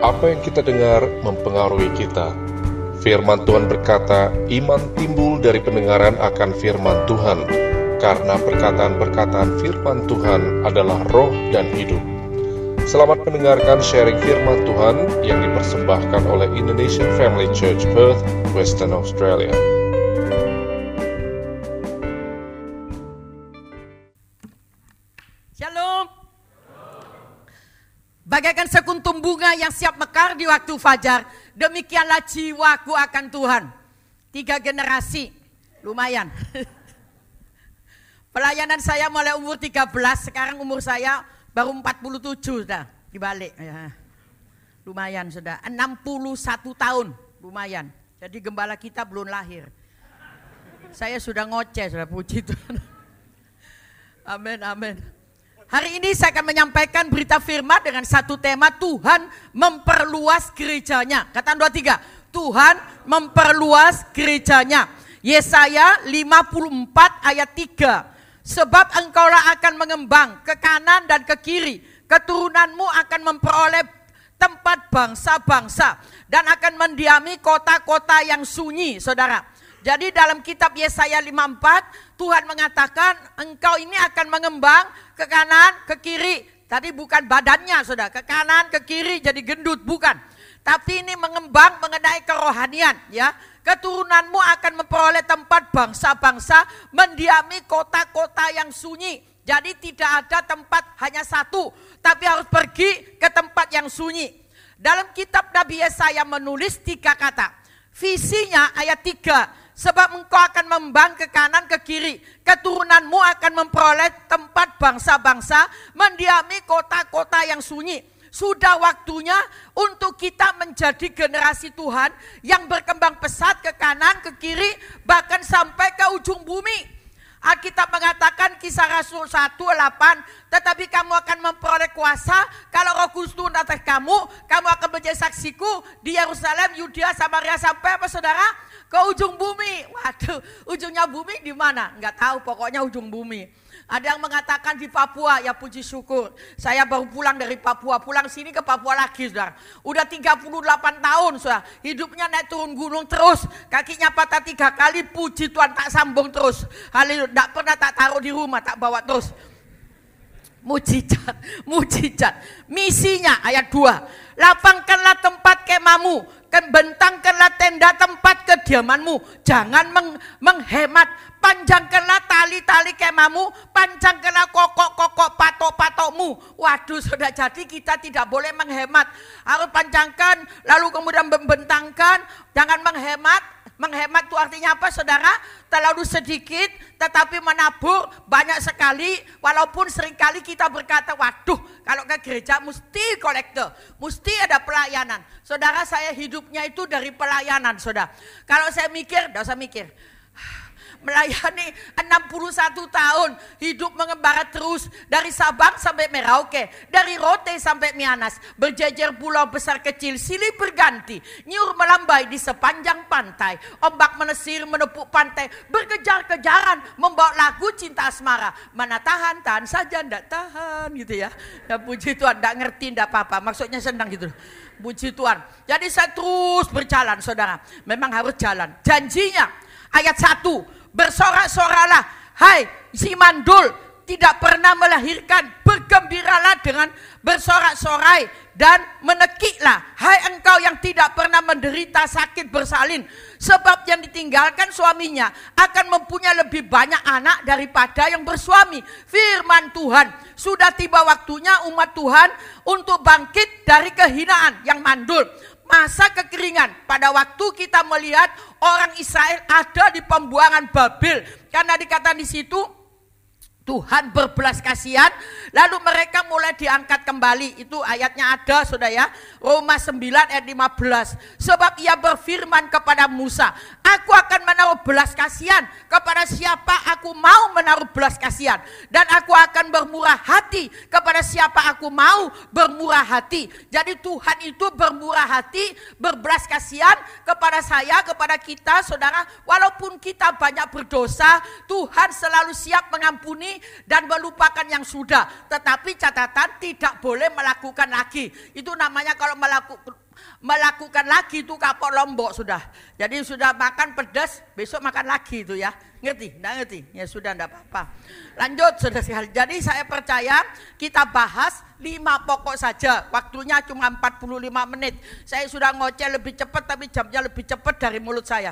Apa yang kita dengar mempengaruhi kita. Firman Tuhan berkata, iman timbul dari pendengaran akan firman Tuhan, karena perkataan-perkataan firman Tuhan adalah roh dan hidup. Selamat mendengarkan sharing firman Tuhan yang dipersembahkan oleh Indonesian Family Church Perth, Western Australia. Shalom. Bagaikan sekuntum bunga yang siap mekar di waktu fajar, demikianlah jiwaku akan Tuhan. 3 generasi, lumayan. Pelayanan saya mulai umur 13, sekarang umur saya baru 47 sudah, dibalik. Ya. Lumayan sudah, 61 tahun, lumayan. Jadi gembala kita belum lahir. Saya sudah ngoceh, sudah puji Tuhan. Amin, amin. Hari ini saya akan menyampaikan berita firman dengan satu tema, Tuhan memperluas gerejanya. Kata 2, 3, Tuhan memperluas gerejanya. Yesaya 54 ayat 3. Sebab engkaulah akan mengembang ke kanan dan ke kiri. Keturunanmu akan memperoleh tempat bangsa-bangsa. Dan akan mendiami kota-kota yang sunyi, saudara. Jadi dalam kitab Yesaya 54, Tuhan mengatakan engkau ini akan mengembang ke kanan, ke kiri. Tadi bukan badannya, saudara, ke kanan, ke kiri jadi gendut, bukan. Tapi ini mengembang mengenai kerohanian, ya. Keturunanmu akan memperoleh tempat bangsa-bangsa, mendiami kota-kota yang sunyi. Jadi tidak ada tempat hanya satu, tapi harus pergi ke tempat yang sunyi. Dalam kitab Nabi Yesaya menulis 3 kata. Visinya ayat 3. Sebab engkau akan membang ke kanan ke kiri. Keturunanmu akan memperoleh tempat bangsa-bangsa, mendiami kota-kota yang sunyi. Sudah waktunya untuk kita menjadi generasi Tuhan yang berkembang pesat ke kanan, ke kiri, bahkan sampai ke ujung bumi. Alkitab mengatakan Kisah Rasul 1:8, tetapi kamu akan memperoleh kuasa kalau Roh Kudus turun atas kamu akan menjadi saksiku di Yerusalem, Yudea, Samaria, sampai apa saudara? Ke ujung bumi. Waduh, ujungnya bumi di mana? Enggak tahu, pokoknya ujung bumi. Ada yang mengatakan di Papua, ya puji syukur. Saya baru pulang dari Papua, pulang sini ke Papua lagi, saudara. Udah 38 tahun, saudara. Hidupnya naik turun gunung terus. Kakinya patah 3 kali, puji Tuhan tak sambung terus. Haleluya, tak pernah tak taruh di rumah, tak bawa terus. Mujizat, mujizat. Misinya ayat 2. Lapangkanlah tempat kemahmu, bentangkanlah tenda tempat kediamanmu. Jangan menghemat. Panjangkanlah tali-tali kemahmu, panjangkanlah kokok-kokok patok-patokmu. Waduh, sudah jadi kita tidak boleh menghemat. Harus panjangkan, lalu kemudian membentangkan. Jangan menghemat. Menghemat itu artinya apa, saudara? Terlalu sedikit, tetapi menabur banyak sekali. Walaupun seringkali kita berkata, waduh, kalau ke gereja mesti kolektor, mesti ada pelayanan. Saudara, saya hidupnya itu dari pelayanan, saudara. Kalau saya mikir, tidak usah mikir. Melayani 61 tahun, hidup mengembara terus dari Sabang sampai Merauke, dari Rote sampai Mianas, berjejer pulau besar kecil silih berganti, nyur melambai di sepanjang pantai, ombak menesir menepuk pantai, berkejar-kejaran membawa lagu cinta asmara, mana tahan saja ndak tahan gitu ya. Ya puji Tuhan, ndak ngerti ndak apa-apa, maksudnya senang gitu. Puji Tuhan. Jadi saya terus berjalan, saudara. Memang harus jalan. Janjinya ayat 1. Bersorak-soralah, hai si mandul, tidak pernah melahirkan, bergembiralah dengan bersorak-sorai dan menekiklah, hai engkau yang tidak pernah menderita sakit bersalin, sebab yang ditinggalkan suaminya akan mempunyai lebih banyak anak daripada yang bersuami. Firman Tuhan, sudah tiba waktunya umat Tuhan untuk bangkit dari kehinaan yang mandul. Masa kekeringan, pada waktu kita melihat orang Israel ada di pembuangan Babel, karena dikatakan di situ Tuhan berbelas kasihan, lalu mereka mulai diangkat kembali. Itu ayatnya ada, saudara ya. Roma 9 ayat 15. Sebab ia berfirman kepada Musa, aku akan menaruh belas kasihan kepada siapa aku mau menaruh belas kasihan, dan aku akan bermurah hati kepada siapa aku mau bermurah hati. Jadi Tuhan itu bermurah hati, berbelas kasihan kepada saya, kepada kita, saudara. Walaupun kita banyak berdosa, Tuhan selalu siap mengampuni ini dan melupakan yang sudah. Tetapi catatan tidak boleh melakukan lagi. Itu namanya kalau melakukan lagi itu kapok lombok sudah. Jadi sudah makan pedas, besok makan lagi itu ya. Ngerti? Nggak ngerti? Ya sudah, nggak apa-apa. Lanjut saudara sekalian. Jadi saya percaya kita bahas 5 pokok saja. Waktunya cuma 45 menit. Saya sudah ngoceh lebih cepat tapi jamnya lebih cepat dari mulut saya.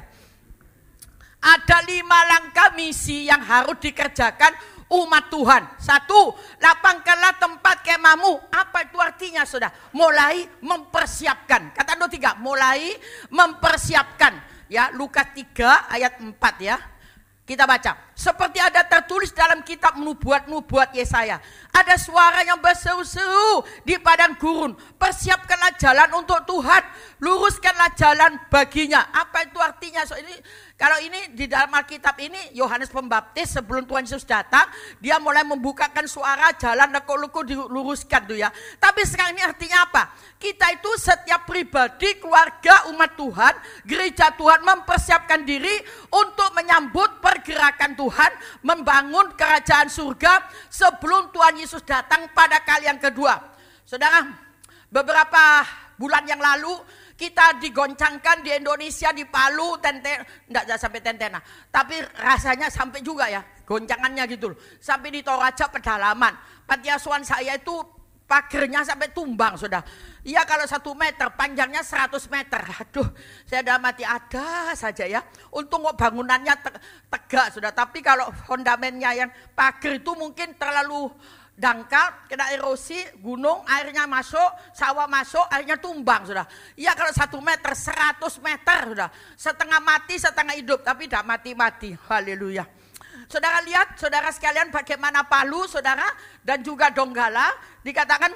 Ada 5 langkah misi yang harus dikerjakan umat Tuhan. 1, lapangkanlah tempat kemahmu. Apa itu artinya saudara? Mulai mempersiapkan. Kata 3, mulai mempersiapkan. Ya, Lukas 3 ayat 4 ya. Kita baca. Seperti ada tertulis dalam kitab nubuat-nubuat Yesaya. Ada suara yang berseru-seru di padang gurun. Persiapkanlah jalan untuk Tuhan. Luruskanlah jalan baginya. Apa itu artinya? So, kalau ini di dalam Alkitab ini Yohanes Pembaptis sebelum Tuhan Yesus datang, dia mulai membukakan suara jalan leko-leko diluruskan tuh ya. Tapi sekarang ini artinya apa? Kita itu setiap pribadi, keluarga, umat Tuhan, gereja Tuhan mempersiapkan diri untuk menyambut pergerakan Tuhan, membangun kerajaan surga sebelum Tuhan Yesus datang pada kali yang kedua. Saudara, beberapa bulan yang lalu kita digoncangkan di Indonesia, di Palu, enggak sampai Tentena, tapi rasanya sampai juga ya, goncangannya gitu loh. Sampai di Toraja pedalaman, panti asuhan saya itu pagernya sampai tumbang sudah. Iya kalau 1 meter, panjangnya 100 meter. Aduh, saya dalam hati ada saja ya. Untung kok bangunannya tegak sudah. Tapi kalau fondamennya yang pager itu mungkin terlalu dangkal, kena erosi, gunung, airnya masuk, sawah masuk, airnya tumbang sudah. Iya kalau 1 meter, 100 meter sudah. Setengah mati, setengah hidup, tapi tidak mati-mati. Haleluya. Saudara lihat, saudara sekalian bagaimana Palu, saudara, dan juga Donggala, dikatakan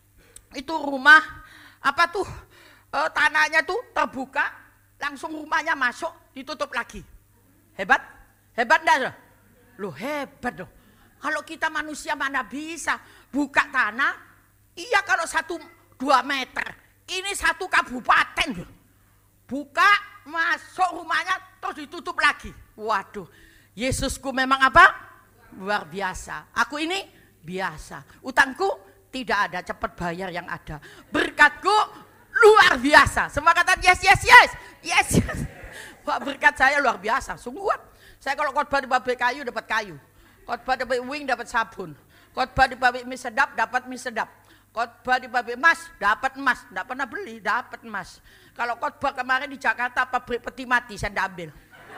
itu rumah, apa tuh, tanahnya tuh terbuka, langsung rumahnya masuk, ditutup lagi. Hebat? Hebat enggak? Loh hebat dong. Kalau kita manusia mana bisa buka tanah, iya kalau 1-2 meter, ini 1 kabupaten. Buka, masuk rumahnya, terus ditutup lagi. Waduh, Yesusku memang apa? Luar biasa. Aku ini biasa. Utangku tidak ada, cepat bayar yang ada. Berkatku luar biasa. Semua kata yes, yes, yes. Yes, yes. Wah, berkat saya luar biasa, sungguhan. Saya kalau khotbah di pabrik kayu dapat kayu. Khotbah di pabrik wing dapat sabun. Khotbah di pabrik mie sedap dapat mie sedap. Khotbah di pabrik emas dapat emas. Tidak pernah beli, dapat emas. Kalau khotbah kemarin di Jakarta pabrik peti mati saya tidak ambil.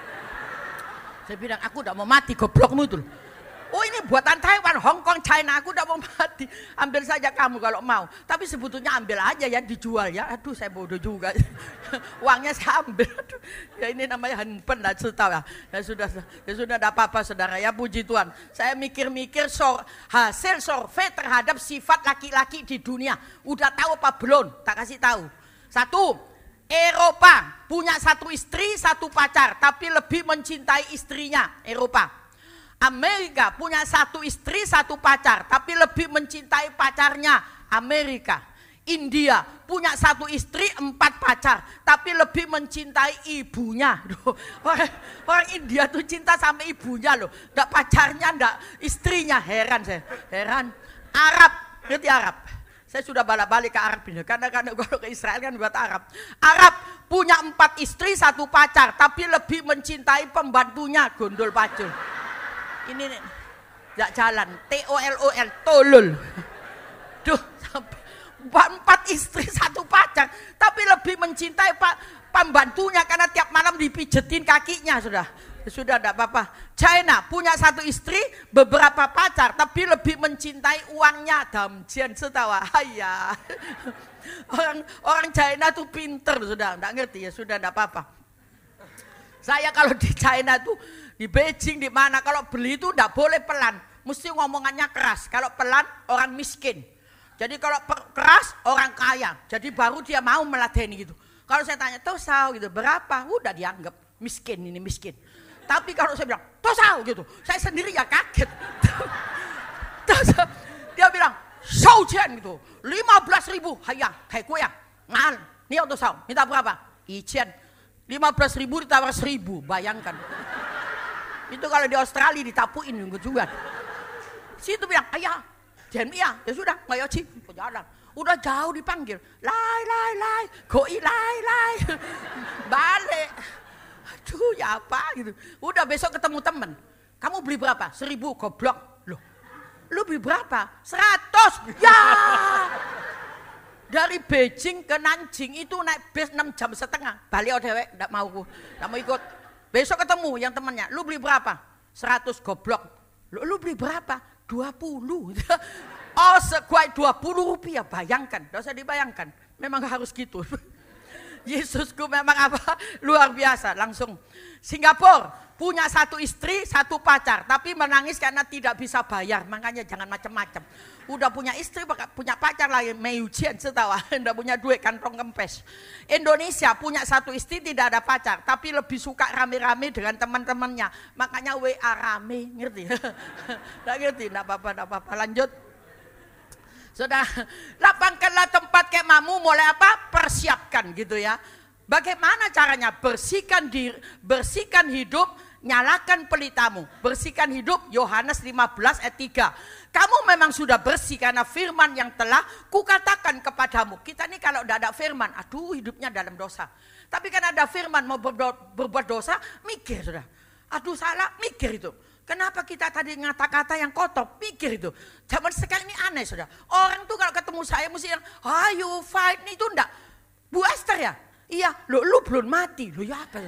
Saya bilang aku tidak mau mati, goblokmu itu. Oh ini buatan Taiwan, Hong Kong, China, aku tidak mau mati. Ambil saja kamu kalau mau. Tapi sebetulnya ambil aja ya, dijual ya. Aduh saya bodoh juga. Uangnya saya ambil. Aduh, ya ini namanya handpen lah, tahu ya. Ya sudah tidak apa-apa saudara ya, puji Tuhan. Saya mikir-mikir hasil survei terhadap sifat laki-laki di dunia. Udah tahu apa belum? Tak kasih tahu. 1, Eropa punya 1 istri, 1 pacar, tapi lebih mencintai istrinya. Eropa. Amerika punya 1 istri, 1 pacar, tapi lebih mencintai pacarnya. Amerika. India punya 1 istri, 4 pacar, tapi lebih mencintai ibunya. Orang India tuh cinta sama ibunya loh, nggak pacarnya, nggak istrinya. Heran saya, heran. Arab, ngerti Arab? Saya sudah balik ke Arab ini, karena kalau ke Israel kan buat Arab. Arab punya 4 istri, 1 pacar, tapi lebih mencintai pembantunya. Gondol pacul. Ini nih, tidak jalan. TOLOL, tolol. Duh, sampai 4 istri, 1 pacar, tapi lebih mencintai pembantunya karena tiap malam dipijetin kakinya sudah. Sudah tidak apa-apa. China punya 1 istri, beberapa pacar, tapi lebih mencintai uangnya. Damjian setawa. Hayya. Orang China tuh pinter sudah, tidak ngerti ya, sudah tidak apa-apa. Saya kalau di China tuh, di Beijing di mana, kalau beli itu tidak boleh pelan, mesti ngomongannya keras. Kalau pelan orang miskin. Jadi kalau keras orang kaya. Jadi baru dia mau meladeni gitu. Kalau saya tanya tosau gitu berapa, udah dianggap miskin, ini miskin. Tapi kalau saya bilang tosau gitu, saya sendiri ya kaget. Dia bilang Shoujian gitu, 15.000, hayang, kayak kue ya, ngal, nih tosau, minta berapa? Ijen, 15.000 ditawar 1.000, bayangkan. Itu kalau di Australia ditapuin juga. Situ bilang, ayah, Jen ya sudah, nggak Yoci, jalan. Udah jauh dipanggil, lai, goi lai, balik. Aduh, ya apa gitu. Udah besok ketemu temen, kamu beli berapa? 1.000, goblok. Loh, lu beli berapa? 100. Ya. Dari Beijing ke Nanjing itu naik bis 6,5 jam. Balik dewek, enggak mau ikut. Besok ketemu yang temannya, lu beli berapa? 100, goblok. Lu beli berapa? 20. Oh, sekuai 20 rupiah. Bayangkan, enggak usah dibayangkan. Memang harus gitu. Yesusku memang apa? Luar biasa. Langsung Singapura punya 1 istri, 1 pacar, tapi menangis karena tidak bisa bayar. Makanya jangan macam-macam. Udah punya istri, punya pacar lagi, meyujian setawa, enggak punya duit, kantong kempes. Indonesia punya 1 istri, tidak ada pacar, tapi lebih suka rame-rame dengan teman-temannya. Makanya WA rame, ngerti? Enggak ngerti, enggak apa-apa, lanjut. Sudah, lapangkanlah tempat kemamu, mulai apa? Persiapkan gitu ya. Bagaimana caranya? Bersihkan hidup, nyalakan pelitamu. Bersihkan hidup, Yohanes 15 ayat 3. Kamu memang sudah bersih karena firman yang telah kukatakan kepadamu. Kita nih kalau tidak ada firman, aduh hidupnya dalam dosa. Tapi kan ada firman mau berbuat dosa, mikir sudah. Aduh salah, mikir itu. Kenapa kita tadi kata-kata yang kotor? Pikir itu. Zaman sekarang ini aneh sudah. Orang tuh kalau ketemu saya mesti yang, ayo fight, itu enggak. Bu Esther ya? Iya, lu belum mati. Lu ya apa?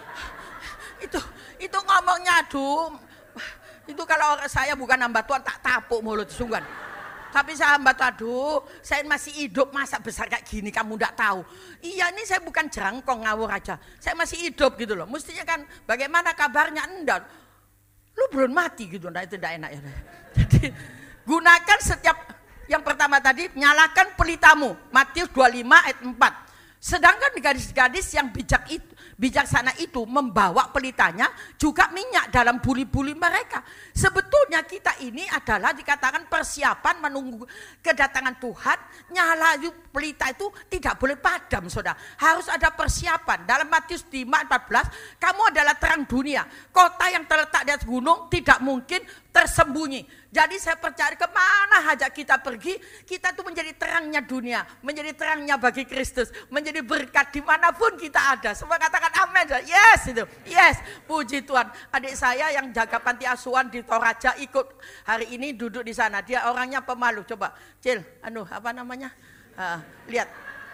Itu ngomongnya aduh. Itu kalau saya bukan hamba Tuhan tak tapuk mulut sungguhan. Tapi saya hamba Tuhan, aduh, saya masih hidup, masa besar kayak gini kamu enggak tahu. Iya, ini saya bukan jerangkong ngawur aja. Saya masih hidup gitu loh. Mestinya kan bagaimana kabarnya? Enggak. Lu belum mati gitu, nah itu tidak enak ya. Jadi gunakan setiap, yang pertama tadi, nyalakan pelitamu, Matius 25 ayat 4. Sedangkan gadis-gadis yang bijaksana itu membawa pelitanya juga minyak dalam buli-buli mereka. Sebetulnya kita ini adalah dikatakan persiapan menunggu kedatangan Tuhan. Nyala pelita itu tidak boleh padam, saudara. Harus ada persiapan. Dalam Matius 5:14, kamu adalah terang dunia. Kota yang terletak di atas gunung tidak mungkin tersembunyi. Jadi saya percaya kemana saja kita pergi, kita tuh menjadi terangnya dunia, menjadi terangnya bagi Kristus, menjadi berkat dimanapun kita ada. Semua katakan amin. Yes itu, yes. Puji Tuhan. Adik saya yang jaga panti asuhan di Toraja ikut hari ini duduk di sana. Dia orangnya pemalu. Coba, Cil, apa namanya? Lihat,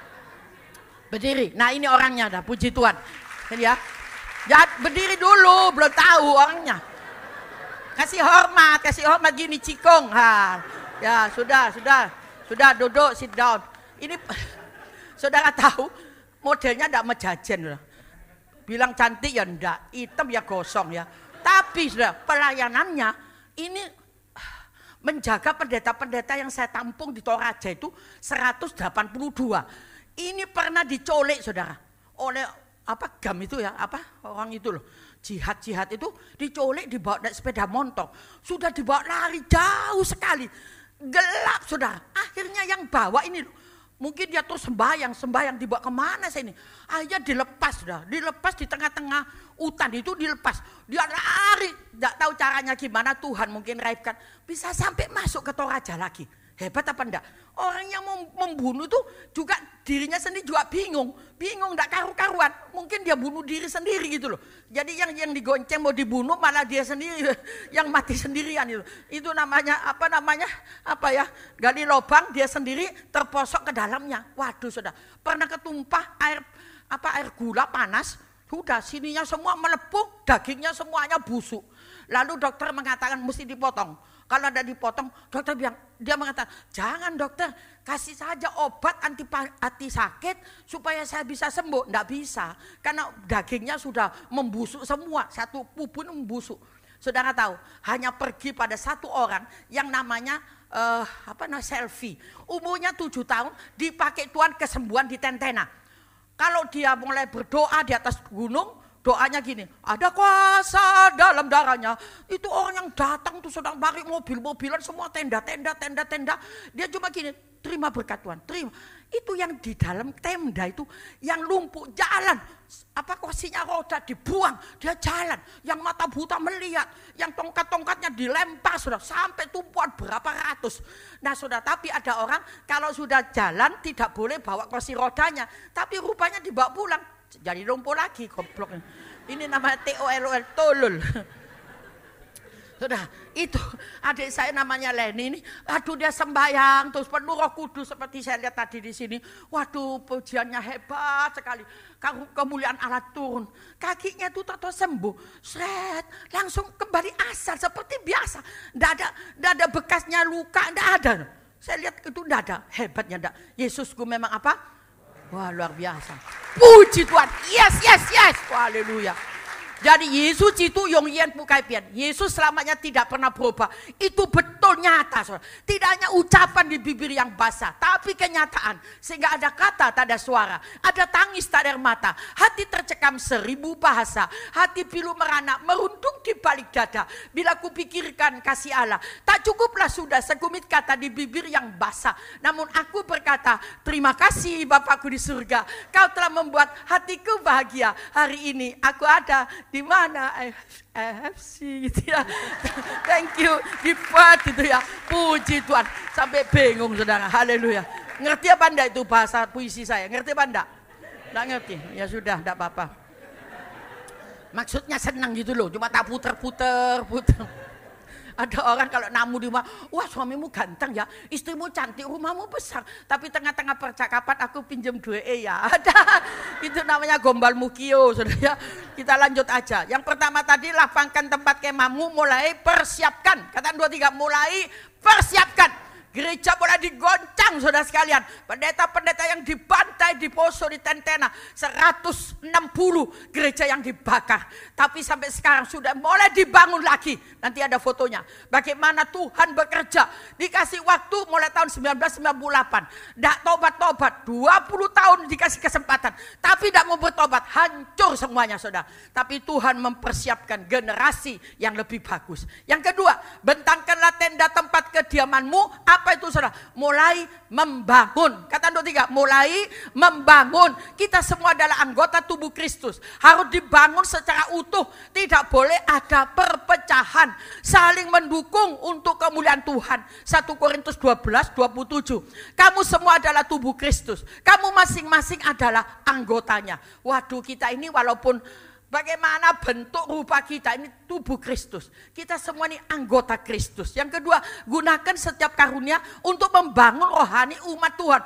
berdiri. Nah ini orangnya dah. Puji Tuhan. Ya, berdiri dulu, belum tahu orangnya. Kasih hormat gini cikong. Ya sudah duduk, sit down. Ini saudara tahu modelnya enggak mejajen. Bilang cantik ya enggak, hitam ya gosong ya. Tapi sudah pelayanannya ini menjaga pendeta-pendeta yang saya tampung di Toraja itu 182. Ini pernah dicolek saudara oleh GAM itu ya, orang itu loh. Jihad itu dicolek, dibawa naik sepeda motor. Sudah dibawa lari jauh sekali. Gelap saudara. Akhirnya yang bawa ini loh. Mungkin dia terus sembahyang dibawa kemana saya ini. Akhirnya dilepas sudah. Dilepas di tengah-tengah hutan itu dilepas. Dia lari. Tidak tahu caranya gimana, Tuhan mungkin raibkan. Bisa sampai masuk ke Toraja lagi. Hebat apa enggak? Orang yang membunuh tuh juga dirinya sendiri juga bingung enggak karu-karuan. Mungkin dia bunuh diri sendiri gitu loh. Jadi yang digonceng mau dibunuh malah dia sendiri yang mati sendirian itu. Itu namanya gali lubang dia sendiri terposok ke dalamnya. Waduh sudah. Pernah ketumpah air gula panas. Sudah sininya semua melepuh, dagingnya semuanya busuk. Lalu dokter mengatakan mesti dipotong. Kalau ada dipotong, dokter dia mengatakan, jangan dokter, kasih saja obat anti sakit supaya saya bisa sembuh. Enggak bisa, karena dagingnya sudah membusuk semua, satu pupun membusuk. Saudara tahu, hanya pergi pada satu orang yang namanya selfie. Umurnya 7 tahun, dipakai Tuhan kesembuhan di Tentena. Kalau dia mulai berdoa di atas gunung, doanya gini, ada kuasa dalam darahnya. Itu orang yang datang tuh sedang balik mobil-mobilan semua tenda. Dia cuma gini, terima berkat Tuhan, terima. Itu yang di dalam tenda itu, yang lumpuh jalan, kursinya roda dibuang, dia jalan. Yang mata buta melihat, yang tongkat-tongkatnya dilempar, saudara, sampai tumpuan berapa ratus. Nah saudara, tapi ada orang kalau sudah jalan tidak boleh bawa kursi rodanya, tapi rupanya dibawa pulang, jadi lumpuh lagi, goblok. Ini namanya TOLOL, tolol. Sudah, itu adik saya namanya Leni ini, aduh dia sembahyang terus penuh Roh Kudus seperti saya lihat tadi di sini. Waduh, pujiannya hebat sekali. Kemuliaan Allah turun. Kakinya itu terus sembuh. Sret, langsung kembali asal seperti biasa. Enggak ada bekasnya luka, enggak ada. Saya lihat itu enggak ada, hebatnya enggak. Yesusku memang apa? Wah, luar biasa. Puji Tuhan. Yes. Wah, haleluya. Jadi Yesus itu yang yen pukai pian. Yesus selamanya tidak pernah berubah. Itu betul nyata, saudara. Tidak hanya ucapan di bibir yang basah, tapi kenyataan. Sehingga ada kata tak ada suara, ada tangis tak ada mata, hati tercekam 1000 bahasa, hati pilu merana merundung di balik dada. Bila kupikirkan kasih Allah, tak cukuplah sudah segumit kata di bibir yang basah. Namun aku berkata, terima kasih Bapakku di surga. Kau telah membuat hatiku bahagia. Hari ini aku ada di mana AFC gitu ya. Thank you, dibuat gitu ya. Puji Tuhan, sampai bingung saudara. Haleluya. Ngerti apa enggak itu bahasa puisi saya? Ngerti apa enggak? Enggak ngerti. Ya sudah, enggak apa-apa. Maksudnya senang gitu loh, cuma tak puter. Ada orang kalau namu di rumah, wah suamimu ganteng ya, istrimu cantik, rumahmu besar. Tapi tengah-tengah percakapan aku pinjam 2 ya. Ada, itu namanya gombal mukio, saudara ya. Kita lanjut aja. Yang pertama tadi, lapangkan tempat kemahmu, mulai persiapkan. Kata 2, 3, mulai persiapkan. Gereja mulai digoncang saudara sekalian. Pendeta-pendeta yang dibantai, diposo, di tentena. 160 gereja yang dibakar. Tapi sampai sekarang sudah mulai dibangun lagi. Nanti ada fotonya. Bagaimana Tuhan bekerja. Dikasih waktu mulai tahun 1998. Tidak tobat-tobat. 20 tahun dikasih kesempatan. Tapi tidak mau bertobat. Hancur semuanya saudara. Tapi Tuhan mempersiapkan generasi yang lebih bagus. Yang kedua, bentangkanlah tenda tempat kediamanmu. Apa itu saudara? Mulai membangun. Kata 2, 3, mulai membangun. Kita semua adalah anggota tubuh Kristus. Harus dibangun secara utuh. Tidak boleh ada perpecahan. Saling mendukung untuk kemuliaan Tuhan. 1 Korintus 12, 27. Kamu semua adalah tubuh Kristus. Kamu masing-masing adalah anggotanya. Waduh, kita ini walaupun bagaimana bentuk rupa kita, ini tubuh Kristus. Kita semua ini anggota Kristus. Yang kedua, gunakan setiap karunia untuk membangun rohani umat Tuhan.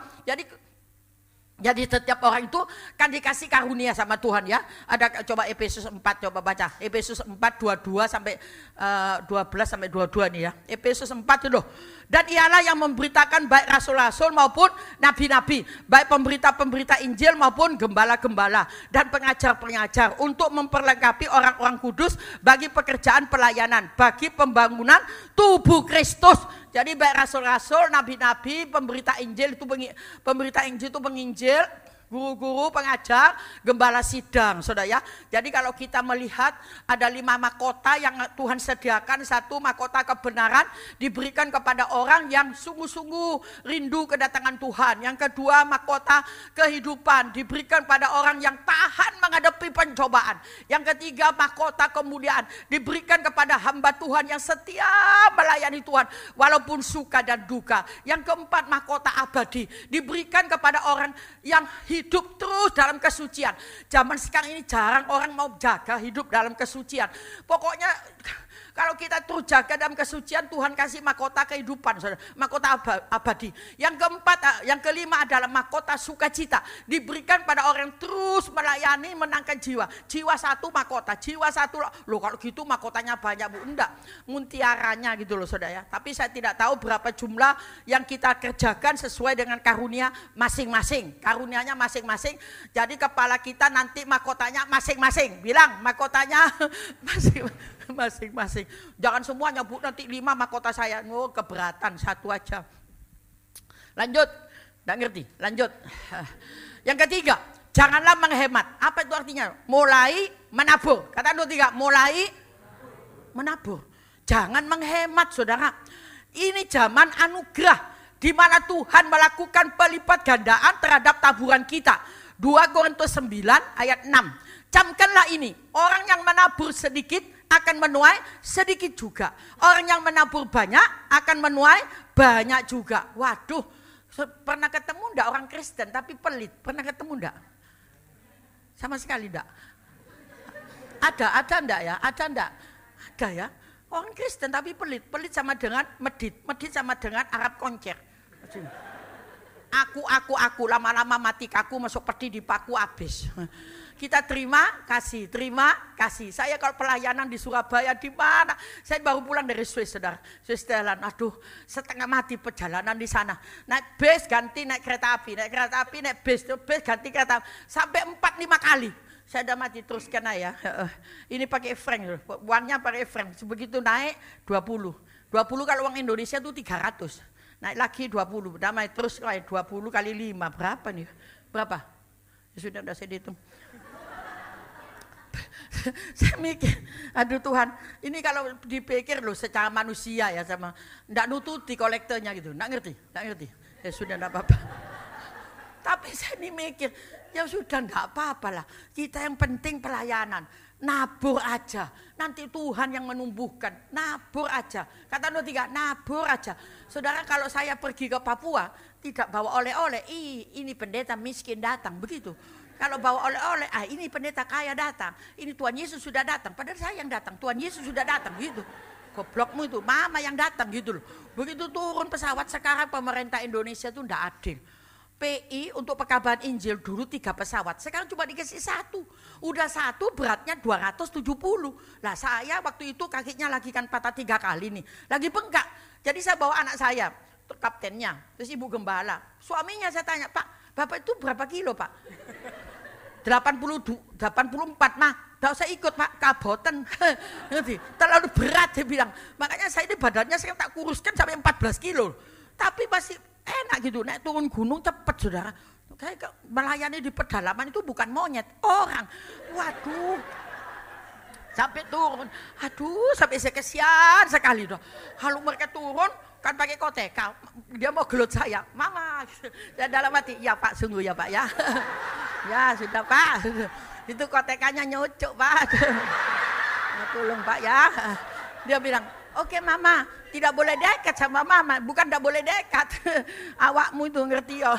Jadi setiap orang itu kan dikasih karunia sama Tuhan ya. Ada coba Efesus 4, coba baca. Efesus 4, 22 sampai 12 sampai 22 nih ya. Efesus 4 itu loh. Dan ialah yang memberitakan baik rasul-rasul maupun nabi-nabi, baik pemberita-pemberita Injil maupun gembala-gembala dan pengajar-pengajar untuk memperlengkapi orang-orang kudus bagi pekerjaan pelayanan, bagi pembangunan tubuh Kristus. Jadi baik rasul-rasul, nabi-nabi, pemberita Injil itu penginjil, guru-guru, pengajar, gembala sidang, saudara ya. Jadi kalau kita melihat ada 5 mahkota yang Tuhan sediakan. 1, mahkota kebenaran diberikan kepada orang yang sungguh-sungguh rindu kedatangan Tuhan. Yang kedua, mahkota kehidupan diberikan pada orang yang tahan menghadapi pencobaan. Yang ketiga, mahkota kemuliaan diberikan kepada hamba Tuhan yang setia melayani Tuhan walaupun suka dan duka. Yang keempat, mahkota abadi diberikan kepada orang yang hidup terus dalam kesucian. Zaman sekarang ini jarang orang mau jaga hidup dalam kesucian. Pokoknya kalau kita terus jaga dalam kesucian, Tuhan kasih mahkota kehidupan, saudara, mahkota abadi. Yang keempat, yang kelima adalah mahkota sukacita, diberikan pada orang yang terus melayani, menangkan jiwa. Jiwa 1 mahkota, jiwa 1 loh. Kalau gitu mahkotanya banyak bu, enggak, muntiaranya gitu loh saudara ya. Tapi saya tidak tahu berapa jumlah yang kita kerjakan sesuai dengan karunia masing-masing. Karunianya masing-masing. Jadi kepala kita nanti mahkotanya masing-masing. Bilang mahkotanya masing-masing. Jangan semua nyebut nanti 5 mahkota saya. Oh, keberatan, 1 aja. Lanjut. Nggak ngerti. Lanjut. Yang ketiga, janganlah menghemat. Apa itu artinya? Mulai menabur. Kata 2, 3, mulai menabur. Jangan menghemat saudara. Ini zaman anugerah. di mana Tuhan melakukan pelipat gandaan terhadap taburan kita. 2 Korintus 9 ayat 6. Camkanlah ini, orang yang menabur sedikit akan menuai sedikit juga. Orang yang menabur banyak akan menuai banyak juga. Waduh, pernah ketemu enggak orang Kristen tapi pelit? Pernah ketemu enggak? Sama sekali enggak? Ada enggak ya? Ada enggak? Ada ya. Orang Kristen tapi pelit. Pelit sama dengan medit. Medit sama dengan Arab koncer. Aku. Lama-lama mati kaku, masuk peti di paku habis. Kita terima kasih. Saya kalau pelayanan di Surabaya di mana? Saya baru pulang dari Swiss, saudara. Swiss Thailand. Aduh, setengah mati perjalanan di sana. Naik bus ganti naik kereta api, naik bus ganti kereta api. Sampai 4-5 kali. Saya udah mati terus kena ya. Ini pakai frank, uangnya pakai frank. Begitu naik 20 kalau uang Indonesia itu 300. Naik lagi 20, damai terus 20 kali 5. Berapa nih? Berapa? Ya sudah saya dihitung. Saya mikir, aduh Tuhan, ini kalau dipikir loh secara manusia ya, sama enggak nututi kolektornya gitu, enggak ngerti. Ya sudah enggak apa-apa. Tapi saya ini mikir, ya sudah enggak apa-apa lah. Kita yang penting pelayanan. Nabur aja. Nanti Tuhan yang menumbuhkan. Nabur aja. Kata nomor 3, nabur aja. Saudara, kalau saya pergi ke Papua, tidak bawa oleh-oleh. Ini pendeta miskin datang. Begitu. Kalau bawa oleh-oleh, ini pendeta kaya datang. Ini Tuhan Yesus sudah datang. Padahal saya yang datang. Tuhan Yesus sudah datang. Gitu. Goblokmu itu. Mama yang datang gitu loh. Begitu turun pesawat, sekarang pemerintah Indonesia itu tidak adil. PI untuk perkabaran Injil dulu 3 pesawat, sekarang cuma dikasih 1. Udah 1 beratnya 270. Lah saya waktu itu kakinya lagi kan patah 3 kali nih, lagi bengkak. Jadi saya bawa anak saya, kaptennya, terus ibu gembala. Suaminya saya tanya, Pak, Bapak itu berapa kilo Pak? 84 mah, gak usah ikut Pak, kaboten. Terlalu berat dia bilang. Makanya saya ini badannya saya tak kuruskan sampai 14 kilo. Tapi masih enak gitu, naik turun gunung cepet saudara. Kayak melayani di pedalaman itu bukan monyet, orang. Waduh, sampai turun, aduh sampai saya kesian sekali doh. Kalau mereka turun kan pakai koteka, dia mau gelut saya, Mama. Dan dalam hati, ya Pak, sungguh ya Pak ya. Ya sudah Pak, itu kotekanya nyocok Pak. Nah, tolong Pak ya. Dia bilang, oke Mama, tidak boleh dekat sama Mama. Bukan tidak boleh dekat. Awakmu itu ngerti ya.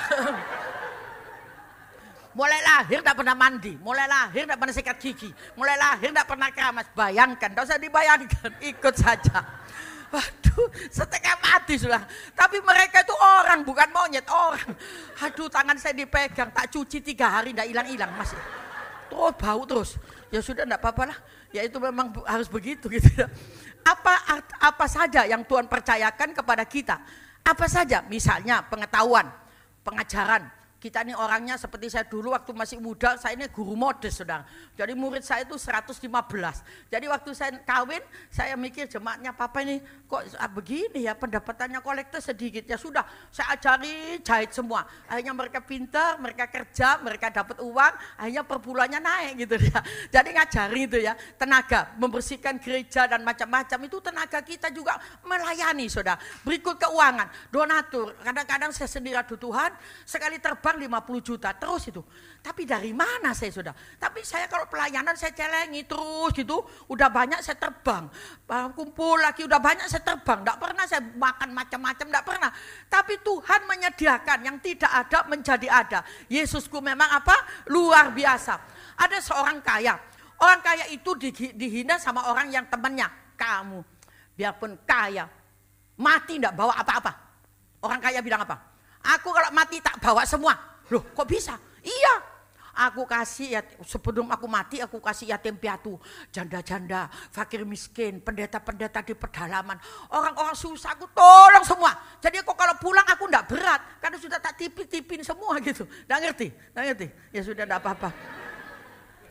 Mulai lahir tidak pernah mandi. Mulai lahir tidak pernah sikat gigi. Mulai lahir tidak pernah keramas. Bayangkan, tidak usah dibayangkan. Ikut saja. Waduh, setengah mati sudah. Tapi mereka itu orang, bukan monyet. Orang. Aduh, tangan saya dipegang. Tak cuci 3 hari, tidak hilang-hilang masih. Terus bau terus. Ya sudah, tidak apa-apa lah. Ya itu memang harus begitu gitu. Apa saja yang Tuhan percayakan kepada kita. Apa saja, misalnya pengetahuan, pengajaran. Kita ini orangnya seperti saya dulu waktu masih muda, saya ini guru modest saudara. Jadi murid saya itu 115. Jadi waktu saya kawin, saya mikir jemaatnya Papa ini kok begini ya, pendapatannya kolektor sedikit. Ya sudah, saya ajari jahit semua. Akhirnya mereka pintar, mereka kerja, mereka dapat uang, akhirnya per bulannya naik gitu ya. Jadi ngajari itu ya, tenaga, membersihkan gereja dan macam-macam itu tenaga kita juga melayani saudara. Berikut keuangan, donatur. Kadang-kadang saya sendiri aduh Tuhan, sekali terbang 50 juta terus itu. Tapi dari mana saya sudah? Tapi saya kalau pelayanan saya celengi terus gitu. Udah banyak saya terbang. Kumpul lagi udah banyak saya terbang. Tidak pernah saya makan macam-macam, tidak pernah. Tapi Tuhan menyediakan yang tidak ada menjadi ada. Yesusku memang apa? Luar biasa. Ada seorang kaya. Orang kaya itu dihina sama orang yang temannya. Kamu biarpun kaya, mati tidak bawa apa-apa. Orang kaya bilang apa? Aku kalau mati tak bawa semua. Loh kok bisa? Iya. Aku kasih ya, sebelum aku mati aku kasih yatim piatu, janda-janda, fakir miskin, pendeta-pendeta di pedalaman. Orang-orang susah aku tolong semua. Jadi aku kalau pulang aku enggak berat. Karena sudah tak tipin semua gitu. Enggak ngerti? Ya sudah enggak apa-apa.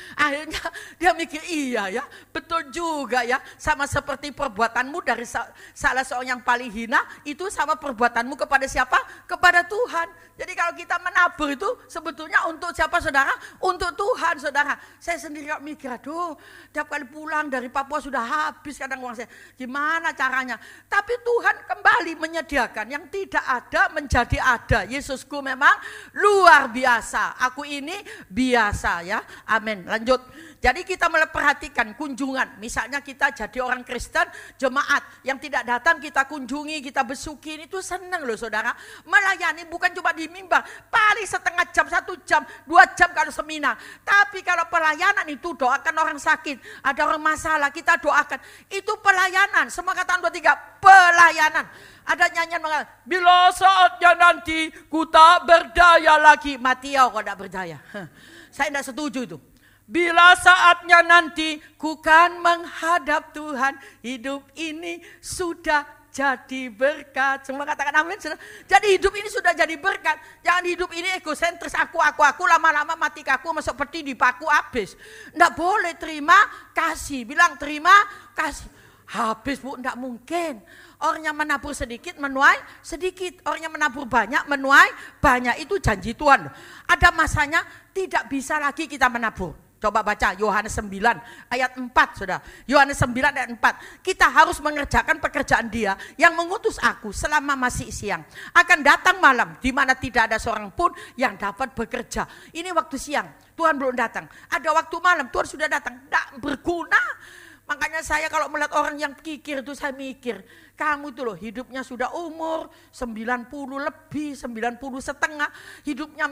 Akhirnya dia mikir, iya ya, betul juga ya. Sama seperti perbuatanmu dari salah seorang yang paling hina, itu sama perbuatanmu kepada siapa? Kepada Tuhan. Jadi kalau kita menabur itu sebetulnya untuk siapa saudara? Untuk Tuhan saudara. Saya sendiri mikir, aduh tiap kali pulang dari Papua sudah habis kadang uang saya. Gimana caranya? Tapi Tuhan kembali menyediakan yang tidak ada menjadi ada. Yesusku memang luar biasa. Aku ini biasa ya. Amin. Lanjut. Jadi kita mulai perhatikan kunjungan. Misalnya kita jadi orang Kristen, jemaat yang tidak datang kita kunjungi, kita besukin, itu senang loh saudara. Melayani bukan cuma di mimbar, paling setengah jam, 1 jam, 2 jam kalau seminar. Tapi kalau pelayanan itu doakan orang sakit, ada orang masalah, kita doakan. Itu pelayanan. Semua katakan 2, 3, pelayanan. Ada nyanyian mengatakan, bila saatnya nanti ku tak berdaya lagi. Mati ya kau tak berdaya. Saya tidak setuju itu. Bila saatnya nanti ku kan menghadap Tuhan, hidup ini sudah jadi berkat. Semua katakan amin. Jadi hidup ini sudah jadi berkat. Jangan hidup ini egosentris, aku, lama-lama mati aku masuk peti di paku habis. Enggak boleh, terima kasih. Bilang terima kasih. Habis bu, enggak mungkin. Orang yang menabur sedikit menuai sedikit. Orang yang menabur banyak menuai banyak. Itu janji Tuhan. Ada masanya tidak bisa lagi kita menabur. Coba baca Yohanes 9 ayat 4 saudara. Yohanes 9 ayat 4. Kita harus mengerjakan pekerjaan Dia yang mengutus aku selama masih siang. Akan datang malam di mana tidak ada seorang pun yang dapat bekerja. Ini waktu siang, Tuhan belum datang. Ada waktu malam, Tuhan sudah datang. Tidak berguna. Makanya saya kalau melihat orang yang kikir itu saya mikir, kamu itu loh hidupnya sudah umur 90 lebih, 90 setengah. Hidupnya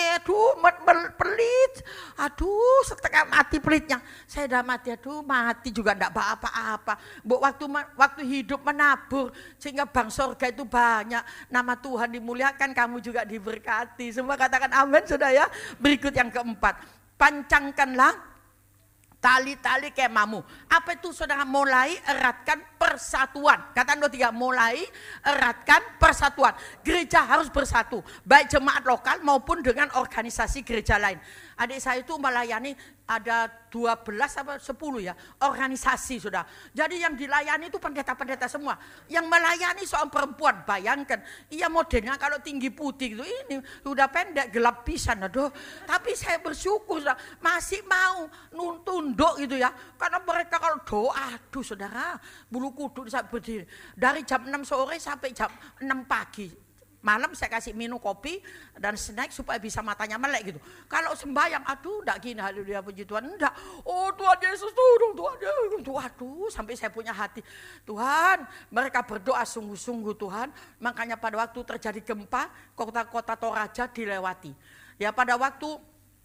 pelit. Aduh setengah mati pelitnya. Saya udah mati, aduh mati juga enggak apa-apa. Waktu hidup menabur sehingga bang sorga itu banyak. Nama Tuhan dimuliakan, kamu juga diberkati. Semua katakan amin sudah ya. Berikut yang keempat. Pancangkanlah tali-tali kemamu. Apa itu saudara? Mulai eratkan persatuan. Kata 2, 3, mulai eratkan persatuan. Gereja harus bersatu, baik jemaat lokal maupun dengan organisasi gereja lain. Adik saya itu melayani ada 12 apa 10 ya organisasi sudah. Jadi yang dilayani itu pendeta-pendeta semua. Yang melayani seorang perempuan, bayangkan. Iya modelnya kalau tinggi putih itu ini sudah pendek gelap pisan. Aduh. Tapi saya bersyukur sudah masih mau tunduk gitu ya. Karena mereka kalau doa, aduh saudara, bulu kuduk saya berdiri. Dari jam 6 sore sampai jam 6 pagi. Malam saya kasih minum kopi dan snack supaya bisa matanya melek gitu. Kalau sembahyang, aduh enggak gini, haleluya puji Tuhan, enggak. Oh Tuhan Yesus tolong Tuhan. Aduh sampai saya punya hati. Tuhan, mereka berdoa sungguh-sungguh Tuhan. Makanya pada waktu terjadi gempa, kota-kota Toraja dilewati. Ya pada waktu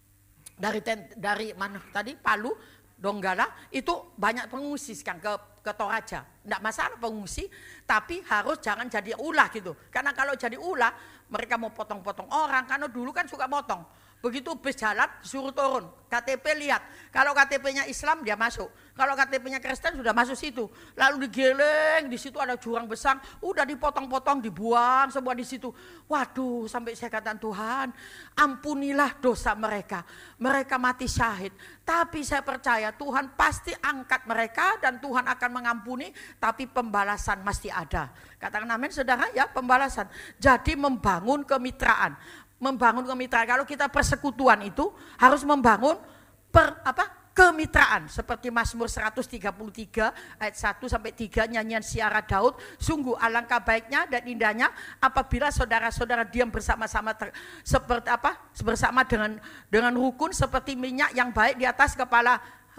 dari mana tadi Palu, Donggala itu banyak pengungsi sekarang ke Toraja. Enggak masalah pengungsi, tapi harus jangan jadi ulah gitu. Karena kalau jadi ulah, mereka mau potong-potong orang. Karena dulu kan suka potong. Begitu bus jalan, disuruh turun. KTP lihat. Kalau KTP-nya Islam, dia masuk. Kalau KTP-nya Kristen, sudah masuk situ. Lalu digeleng, di situ ada jurang besar. Udah dipotong-potong, dibuang semua di situ. Waduh, sampai saya katakan Tuhan, ampunilah dosa mereka. Mereka mati syahid. Tapi saya percaya Tuhan pasti angkat mereka dan Tuhan akan mengampuni. Tapi pembalasan mesti ada. Katakan amin saudara ya, pembalasan. Jadi membangun kemitraan. Kalau kita persekutuan itu harus membangun kemitraan. Seperti Mazmur 133 ayat 1 sampai 3 nyanyian Siara Daud. Sungguh alangkah baiknya dan indahnya apabila saudara-saudara diam bersama-sama bersama dengan rukun seperti minyak yang baik di atas kepala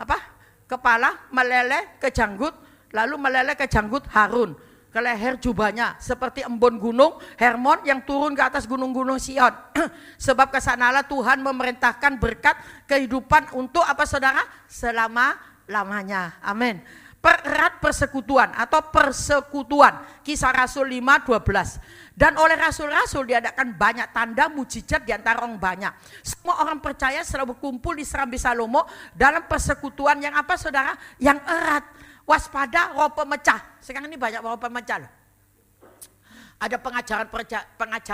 meleleh ke janggut, lalu meleleh ke janggut Harun. Ke leher jubahnya seperti embun gunung Hermon yang turun ke atas gunung-gunung Sion. Sebab kesanalah Tuhan memerintahkan berkat kehidupan untuk apa saudara? Selama-lamanya. Amin. Pererat persekutuan atau persekutuan. Kisah Rasul 5:12. Dan oleh rasul-rasul diadakan banyak tanda mujizat di antara orang banyak. Semua orang percaya selalu berkumpul di Serambi Salomo dalam persekutuan yang apa saudara? Yang erat. Waspada roh pemecah. Sekarang ini banyak roh pemecah loh. Ada pengajaran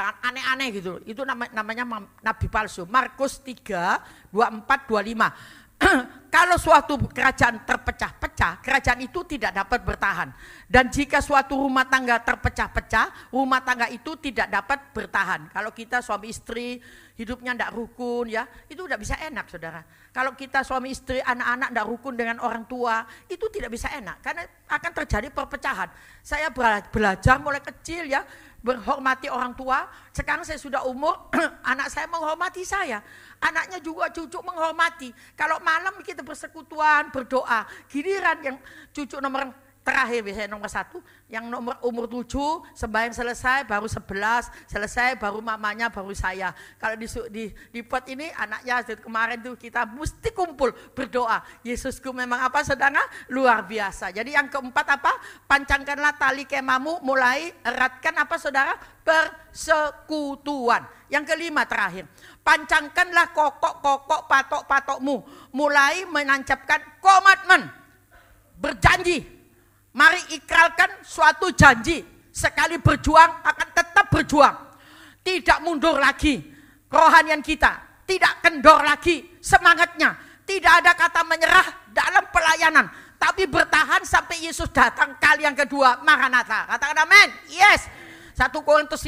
aneh-aneh gitu. Itu namanya nabi palsu. Markus 3, 24, 25. Kalau suatu kerajaan terpecah-pecah, kerajaan itu tidak dapat bertahan. Dan jika suatu rumah tangga terpecah-pecah, rumah tangga itu tidak dapat bertahan. Kalau kita suami istri, hidupnya tidak rukun, ya, itu tidak bisa enak, saudara. Kalau kita suami istri, anak-anak tidak rukun dengan orang tua, itu tidak bisa enak. Karena akan terjadi perpecahan. Saya belajar mulai kecil, ya, menghormati orang tua. Sekarang saya sudah umur, anak saya menghormati saya. Anaknya juga cucu menghormati. Kalau malam kita bersekutuan, berdoa. Giliran yang cucu nomor terakhir, biasanya nomor 1, yang umur 7, sembahyang selesai, baru 11, selesai, baru mamanya, baru saya. Kalau di pot ini, anaknya kemarin tuh kita mesti kumpul, berdoa. Yesusku memang apa, saudara? Luar biasa. Jadi yang keempat apa? Pancangkanlah tali kemamu, mulai eratkan apa, saudara? Persekutuan. Yang kelima terakhir, pancangkanlah kokok-kokok patok-patokmu, mulai menancapkan komitmen, berjanji. Mari ikrarkan suatu janji, sekali berjuang akan tetap berjuang, tidak mundur lagi kerohanian kita, tidak kendor lagi semangatnya, tidak ada kata menyerah dalam pelayanan, tapi bertahan sampai Yesus datang kali yang kedua. Maranatha, katakan amin. Yes. 1 Korintus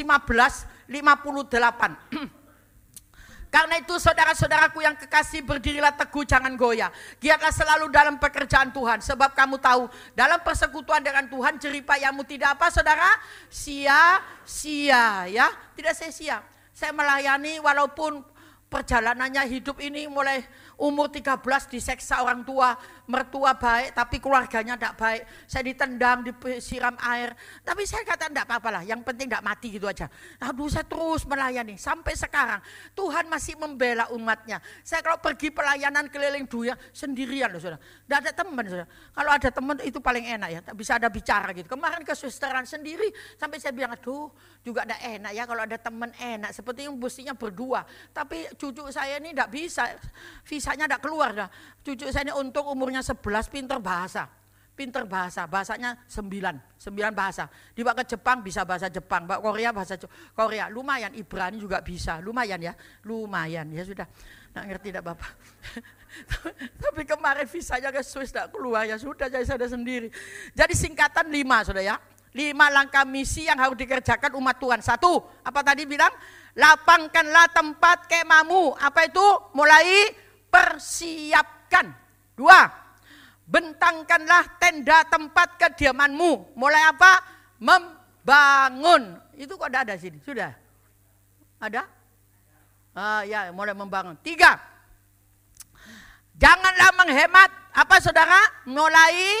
15:58. Karena itu saudara-saudaraku yang kekasih, berdirilah teguh, jangan goyah. Giatlah selalu dalam pekerjaan Tuhan. Sebab kamu tahu, dalam persekutuan dengan Tuhan, jeripayahmu tidak apa, saudara? Sia-sia, ya. Tidak sia-sia. Saya melayani walaupun perjalanannya hidup ini mulai umur 13 diseksa orang tua, mertua baik tapi keluarganya tidak baik. Saya ditendang, disiram air, tapi saya kata tidak apa-apa lah, yang penting tidak mati gitu aja. Aduh, saya terus melayani sampai sekarang. Tuhan masih membela umatnya. Saya kalau pergi pelayanan keliling dunia sendirian loh, saudara. Tidak ada teman, saudara. Kalau ada teman itu paling enak ya, bisa ada bicara gitu. Kemarin ke susteran sendiri sampai saya bilang, aduh juga tidak enak ya kalau ada teman enak. Seperti yang mestinya berdua, tapi cucu saya ini tidak bisa, visanya tidak keluar dah. Cucu saya ini untung umurnya 11, pinter bahasa, bahasanya 9 bahasa. Dibawa ke Jepang bisa bahasa Jepang, bawa Korea bahasa Korea, lumayan. Ibrani juga bisa, lumayan ya sudah. Nggak ngerti tidak Bapak. Tapi kemarin visanya ke Swiss tidak keluar, ya sudah, jadi saya sendiri. Jadi singkatan 5, saudara ya. 5 langkah misi yang harus dikerjakan umat Tuhan. 1, apa tadi bilang? Lapangkanlah tempat kemahmu. Apa itu? Mulai persiapkan. 2, bentangkanlah tenda tempat kediamanmu. Mulai apa? Membangun. Itu kok ada sini? Sudah? Ada? Ya, mulai membangun. 3, janganlah menghemat. Apa saudara? Mulai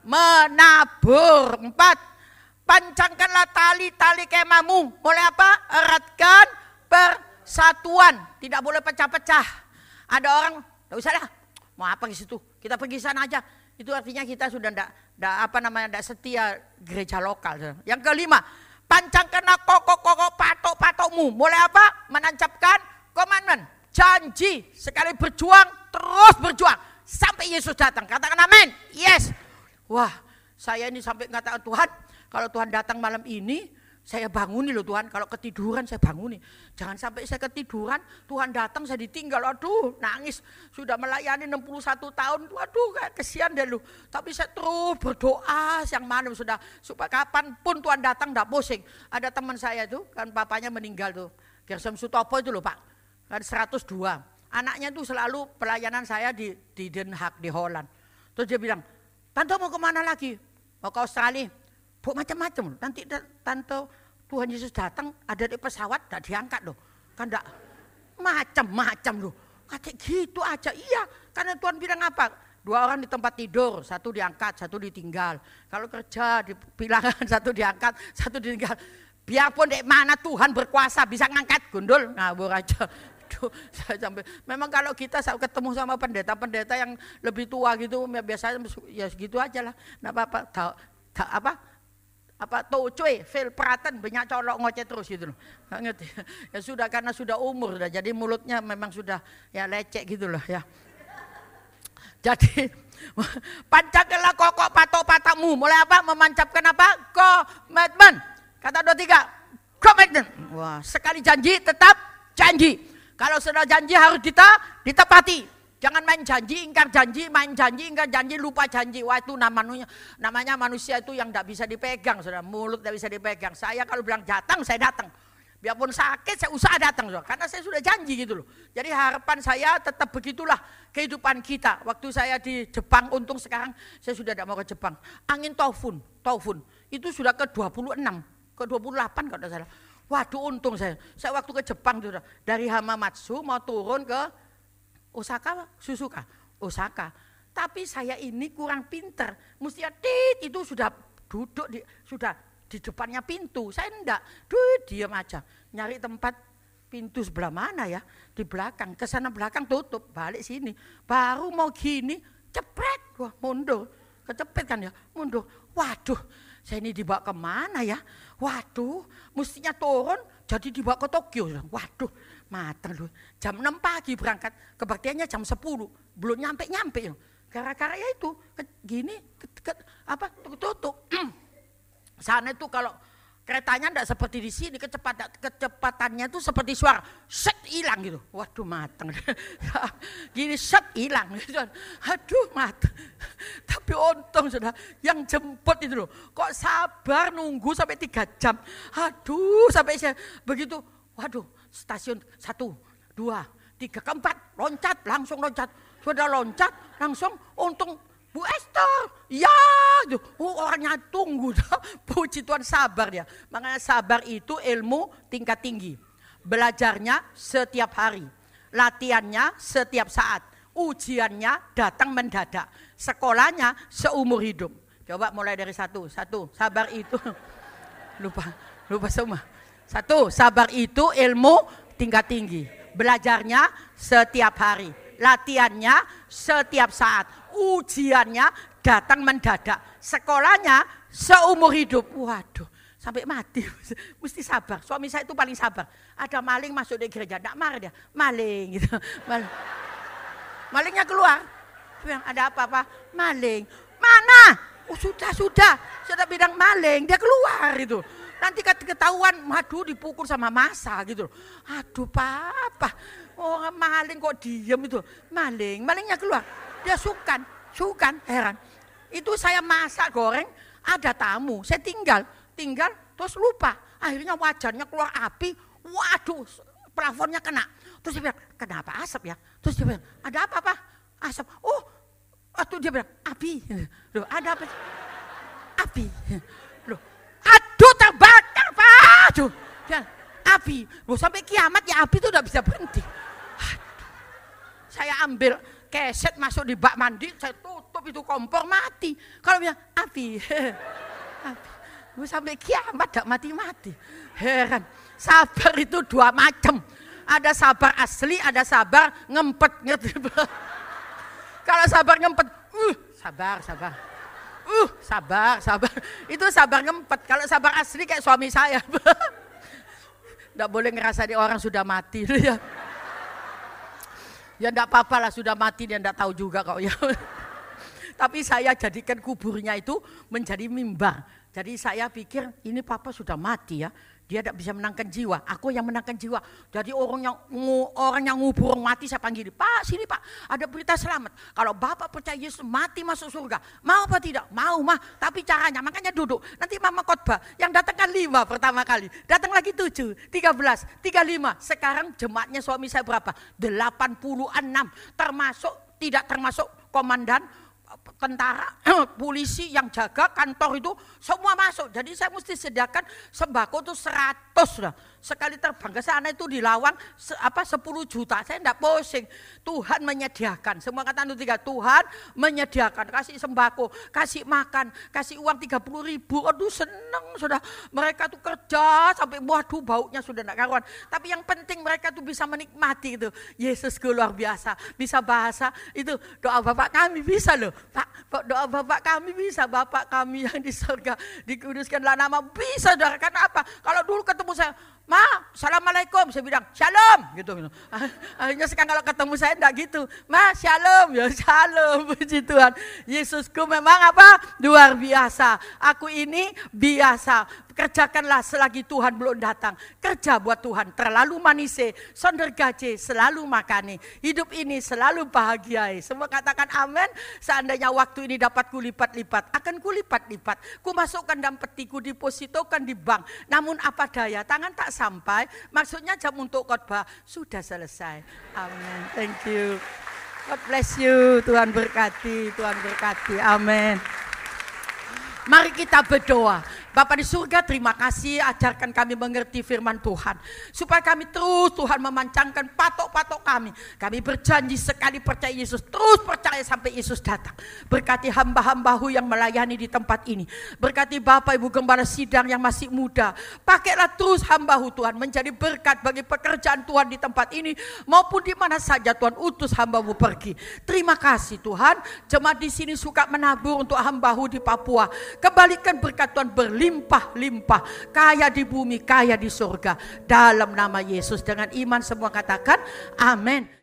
menabur. 4, pancangkanlah tali-tali kemahmu. Mulai apa? Eratkan persatuan. Tidak boleh pecah-pecah. Ada orang, tidak usah lah, mau apa ke situ? Kita pergi sana aja. Itu artinya kita sudah tidak setia gereja lokal. Yang kelima, pancangkanlah kokok-kokok patok-patokmu. Mulai apa? Menancapkan komitmen, janji. Sekali berjuang, terus berjuang sampai Yesus datang. Katakan amin. Yes. Wah, saya ini sampai mengatakan, Tuhan, kalau Tuhan datang malam ini, saya banguni loh Tuhan. Kalau ketiduran saya banguni. Jangan sampai saya ketiduran, Tuhan datang saya ditinggal. Aduh, nangis. Sudah melayani 61 tahun. Waduh, kesian deh lu. Tapi saya terus berdoa siang malam sudah. Supaya kapanpun Tuhan datang tidak pusing. Ada teman saya tuh, kan papanya meninggal tuh. Gersem Sutopo itu loh Pak. Kan 102. Anaknya tuh selalu pelayanan saya di Den Haag, di Holland. Terus dia bilang, Tante mau kemana lagi? Mau ke Australia. Bu, macam-macam. Nanti Tante Tuhan Yesus datang ada di pesawat tidak diangkat loh. Kan enggak macam-macam loh. Kata gitu aja. Iya, karena Tuhan bilang apa? 2 orang di tempat tidur, 1 diangkat, 1 ditinggal. Kalau kerja di bilangan 1 diangkat, 1 ditinggal. Biarpun di mana Tuhan berkuasa bisa ngangkat, gundul ngawur aja. Saya sampai, memang kalau kita ketemu sama pendeta-pendeta yang lebih tua gitu, biasanya ya segitu aja lah. Nggak apa-apa. Cuy, fil praten banyak colok ngoceh terus gitu loh. Nggak ngerti. Ya sudah, karena sudah umur dah, jadi mulutnya memang sudah ya lecek gitu loh ya. Jadi pancangkanlah kokok patok-patokmu. Mulai apa? Memancapkan apa? Komitmen. Kata 2, 3, komitmen. Wah, sekali janji tetap janji. Kalau sudah janji harus ditepati. Jangan main janji, ingkar janji, main janji, ingkar janji, lupa janji. Wah itu namanya manusia itu yang tidak bisa dipegang, saudara. Mulut tidak bisa dipegang. Saya kalau bilang datang, saya datang. Biarpun sakit, saya usaha datang, saudara. Karena saya sudah janji gitu loh. Jadi harapan saya tetap begitulah kehidupan kita. Waktu saya di Jepang, untung sekarang saya sudah tidak mau ke Jepang. Angin Taifun, itu sudah ke 26, ke 28 kalau tidak salah. Waduh untung saya waktu ke Jepang, saudara. Dari Hamamatsu mau turun ke Osaka. Tapi saya ini kurang pinter. Mestinya itu sudah duduk sudah di depannya pintu. Saya enggak, diam aja. Nyari tempat pintu sebelah mana ya? Di belakang, ke sana belakang tutup, balik sini. Baru mau gini, cepret, wah mundur. Kecepet kan ya, mundur. Waduh, saya ini dibawa kemana ya? Waduh, mestinya turun jadi dibawa ke Tokyo. Waduh, matang loh. Jam 6 pagi berangkat, kebaktiannya jam 10. Belum nyampe. Gara-gara ya itu, gini, tutup. Sana itu kalau keretanya enggak seperti di sini, kecepatannya itu seperti suara, set hilang gitu. Waduh matang. Gini set hilang. Aduh matang. Tapi untung sudah yang jemput itu loh. Kok sabar nunggu sampai 3 jam. Aduh sampai saya begitu. Waduh stasiun 1, 2, 3, keempat. Langsung loncat. Sudah loncat langsung untung Bu Esther, ya, orangnya tunggu, puji Tuhan sabar ya. Makanya sabar itu ilmu tingkat tinggi. Belajarnya setiap hari, latihannya setiap saat, ujiannya datang mendadak, sekolahnya seumur hidup. Coba mulai dari satu, sabar itu, lupa semua. 1, sabar itu ilmu tingkat tinggi. Belajarnya setiap hari, latihannya setiap saat, ujiannya datang mendadak, sekolahnya seumur hidup. Waduh, sampai mati mesti sabar. Suami saya itu paling sabar. Ada maling masuk di gereja, enggak marah dia. Maling gitu. Malingnya keluar. Ada apa-apa? Maling. Mana? Oh, sudah bilang maling, dia keluar itu. Nanti ketahuan, waduh dipukul sama massa gitu. Aduh papa, orang maling kok diem itu. Malingnya keluar. Dia sukan, heran. Itu saya masak goreng, ada tamu, saya tinggal terus lupa. Akhirnya wajannya keluar api, waduh plafonnya kena. Terus dia bilang, kenapa asap ya? Terus dia bilang, ada apa? Asap. Oh, dia bilang, api. Loh, ada apa? Api. Loh, aduh terbakar Pak. Aduh, api. Loh, sampai kiamat ya api itu udah bisa berhenti. Aduh, saya ambil keset masuk di bak mandi, saya tutup itu kompor mati. Kalau bilang api, api. Sampai kiamat gak mati-mati. Heran. Sabar itu 2 macam. Ada sabar asli, ada sabar ngempet. Kalau sabar ngempet, sabar. Sabar. Itu sabar ngempet. Kalau sabar asli kayak suami saya. Nggak boleh ngerasa di orang sudah mati. Ya enggak apa-apa lah, sudah mati dia enggak tahu juga kok ya. Tapi saya jadikan kuburnya itu menjadi mimbar. Jadi saya pikir ini papa sudah mati ya. Dia tidak bisa menangkan jiwa. Aku yang menangkan jiwa. Jadi orang yang ngubur mati saya panggil. Pak sini Pak, ada berita selamat. Kalau Bapak percaya Yesus mati masuk surga. Mau apa tidak? Mau mah. Tapi caranya, makanya duduk. Nanti mama khotbah. Yang datang kan 5 pertama kali. Datang lagi 7, 13, 35. Sekarang jemaatnya suami saya berapa? 86. Tidak termasuk komandan, tentara, polisi yang jaga kantor itu semua masuk. Jadi saya mesti sediakan sembako itu 100 lah. Sekali terbang ke sana itu dilawan 10 juta. Saya enggak pusing. Tuhan menyediakan. Semua kata Tuhan menyediakan. Kasih sembako, kasih makan, kasih uang 30.000. Aduh seneng sudah. Mereka tuh kerja sampai waduh baunya sudah enggak karuan. Tapi yang penting mereka tuh bisa menikmati itu. Yesus luar biasa. Bisa bahasa itu doa Bapak kami bisa loh. Pak, doa Bapak kami bisa. Bapak kami yang di surga dikuduskanlah nama. Bisa saudara. Karena apa? Kalau dulu ketemu saya, Ma, assalamualaikum. Saya bilang, shalom. Gitu. Akhirnya sekarang kalau ketemu saya enggak gitu. Ma, shalom. Ya shalom. Puji Tuhan. Yesusku memang apa? Luar biasa. Aku ini biasa. kerjakanlah selagi Tuhan belum datang. Kerja buat Tuhan, terlalu manise, sonder gaje, selalu makani. Hidup ini selalu bahagiai. Semua katakan amin. Seandainya waktu ini dapat kulipat-lipat, akan kulipat-lipat. Ku masukkan dalam petiku, dipositokan di bank. Namun apa daya, tangan tak sampai. Maksudnya jam untuk khotbah sudah selesai. Amin. Thank you. God bless you. Tuhan berkati, Tuhan berkati. Amin. Mari kita berdoa. Bapa di surga, terima kasih ajarkan kami mengerti firman Tuhan. Supaya kami terus Tuhan memancangkan patok-patok kami. Kami berjanji sekali percaya Yesus, terus percaya sampai Yesus datang. Berkati hamba-hambamu yang melayani di tempat ini. Berkati Bapak Ibu Gembala Sidang yang masih muda. Pakailah terus hamba-Mu Tuhan menjadi berkat bagi pekerjaan Tuhan di tempat ini. Maupun di mana saja Tuhan utus hamba-Mu pergi. Terima kasih Tuhan. Jemaat di sini suka menabur untuk hamba-Mu di Papua. Kembalikan berkat Tuhan berlimpah-limpah, kaya di bumi, kaya di surga. Dalam nama Yesus, dengan iman semua katakan amin.